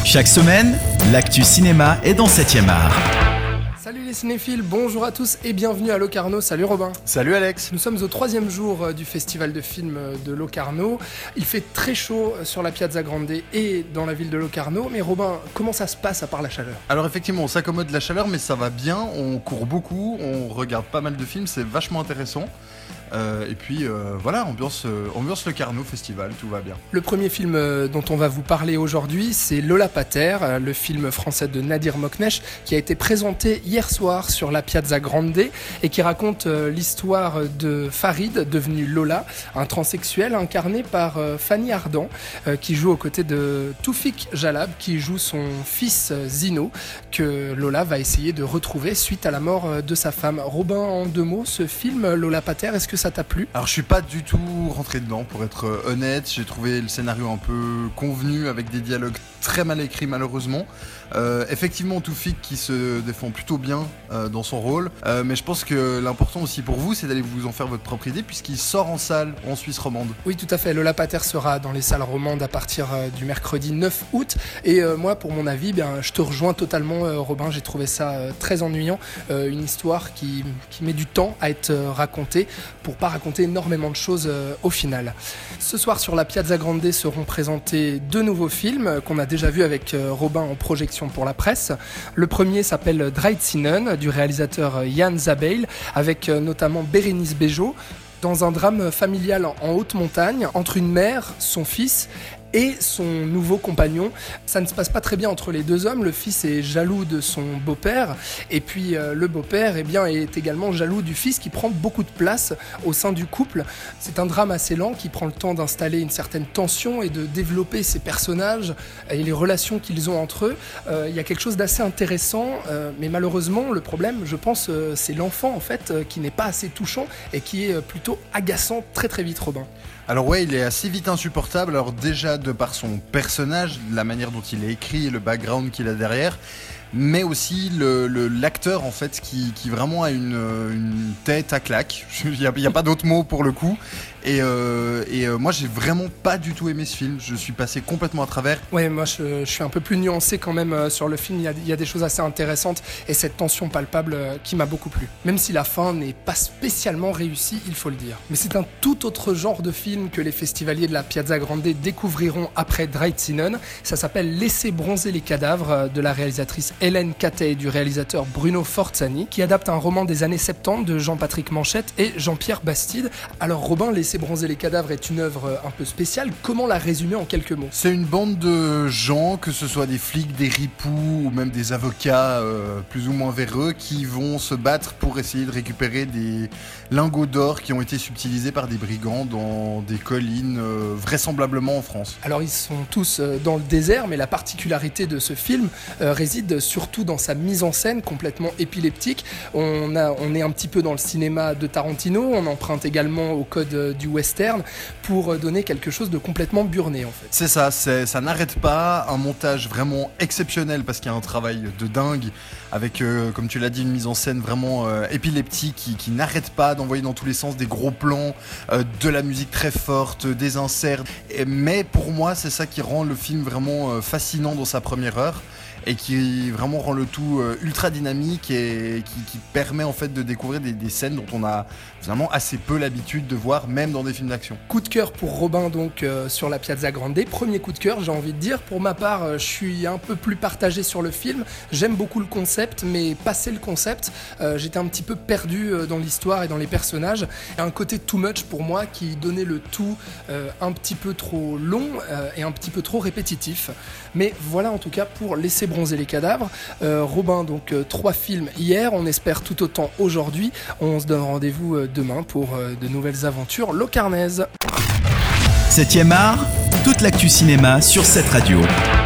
Chaque semaine, l'actu cinéma est dans 7e art. Salut les cinéphiles, bonjour à tous et bienvenue à Locarno. Salut Robin. Salut Alex. Nous sommes au 3e jour du festival de films de Locarno. Il fait très chaud sur la Piazza Grande et dans la ville de Locarno. Mais Robin, comment ça se passe à part la chaleur ? Alors effectivement, on s'accommode de la chaleur, mais ça va bien. On court beaucoup, on regarde pas mal de films, c'est vachement intéressant. Et puis voilà, ambiance Locarno Festival, tout va bien. Le premier film dont on va vous parler aujourd'hui, c'est Lola Pater, le film français de Nadir Moknesh, qui a été présenté hier soir sur la Piazza Grande et qui raconte l'histoire de Farid, devenu Lola, un transsexuel incarné par Fanny Ardant, qui joue aux côtés de Toufik Jalab, qui joue son fils Zino, que Lola va essayer de retrouver suite à la mort de sa femme. Robin, en 2 mots, ce film Lola Pater, est-ce que ça t'a plu ? Alors je suis pas du tout rentré dedans, pour être honnête. J'ai trouvé le scénario un peu convenu, avec des dialogues très mal écrits malheureusement. Effectivement, Toufik qui se défend plutôt bien dans son rôle, mais je pense que l'important aussi pour vous, c'est d'aller vous en faire votre propre idée, puisqu'il sort en salle en Suisse romande. Oui, tout à fait. Lola Pater sera dans les salles romandes à partir du mercredi 9 août. Et moi, pour mon avis, je te rejoins totalement, Robin. J'ai trouvé ça très ennuyant. Une histoire qui met du temps à être racontée pour pas raconter énormément de choses au final. Ce soir, sur la Piazza Grande seront présentés 2 nouveaux films qu'on a déjà vus avec Robin en projection pour la presse. Le premier s'appelle Dreizinnen, du réalisateur Jan Zabeil, avec notamment Bérénice Bejo, dans un drame familial en haute montagne entre une mère, son fils et son nouveau compagnon. Ça ne se passe pas très bien entre les 2 hommes. Le fils est jaloux de son beau-père et puis le beau-père est également jaloux du fils, qui prend beaucoup de place au sein du couple. C'est un drame assez lent qui prend le temps d'installer une certaine tension et de développer ces personnages et les relations qu'ils ont entre eux. Il y a quelque chose d'assez intéressant, mais malheureusement le problème, je pense, c'est l'enfant en fait, qui n'est pas assez touchant et qui est plutôt agaçant très très vite, Robin. Alors ouais, il est assez vite insupportable. Alors déjà de par son personnage, la manière dont il est écrit, le background qu'il a derrière, mais aussi l'acteur en fait qui vraiment a une tête à claque. Il y a pas d'autre mot pour le coup. Et moi j'ai vraiment pas du tout aimé ce film. Je suis passé complètement à travers. Ouais, moi je suis un peu plus nuancé quand même sur le film. Il y a des choses assez intéressantes et cette tension palpable qui m'a beaucoup plu. Même si la fin n'est pas spécialement réussie, il faut le dire. Mais c'est un tout autre genre de film que les festivaliers de la Piazza Grande découvriront après Dreizinnen. Ça s'appelle Laissez bronzer les cadavres, de la réalisatrice Hélène Cattet et du réalisateur Bruno Forzani, qui adapte un roman des années 70 de Jean-Patrick Manchette et Jean-Pierre Bastide. Alors Robin, Laissez bronzer les cadavres est une œuvre un peu spéciale. Comment la résumer en quelques mots ? C'est une bande de gens, que ce soit des flics, des ripoux ou même des avocats plus ou moins véreux, qui vont se battre pour essayer de récupérer des lingots d'or qui ont été subtilisés par des brigands dans des collines vraisemblablement en France. Alors ils sont tous dans le désert, mais la particularité de ce film réside surtout dans sa mise en scène complètement épileptique. On est un petit peu dans le cinéma de Tarantino, on emprunte également au code du western pour donner quelque chose de complètement burné en fait. C'est ça, ça n'arrête pas, un montage vraiment exceptionnel parce qu'il y a un travail de dingue avec, comme tu l'as dit, une mise en scène vraiment épileptique qui n'arrête pas d'envoyer dans tous les sens des gros plans, de la musique très forte, des inserts. Mais pour moi, c'est ça qui rend le film vraiment fascinant dans sa première heure et qui vraiment rend le tout ultra dynamique et qui permet en fait de découvrir des scènes dont on a finalement assez peu l'habitude de voir, même dans des films d'action. Coup de cœur pour Robin donc sur la Piazza Grande. Premier coup de cœur, j'ai envie de dire. Pour ma part, je suis un peu plus partagé sur le film. J'aime beaucoup le concept, mais passé le concept, j'étais un petit peu perdu dans l'histoire et dans les personnages. Il y a un côté too much pour moi qui donnait le tout un petit peu trop long et un petit peu trop répétitif. Mais voilà en tout cas pour Laisser bronzer les cadavres. Robin, donc 3 films hier, on espère tout autant aujourd'hui. On se donne rendez-vous demain pour de nouvelles aventures locarnaises. 7e art, toute l'actu cinéma sur cette radio.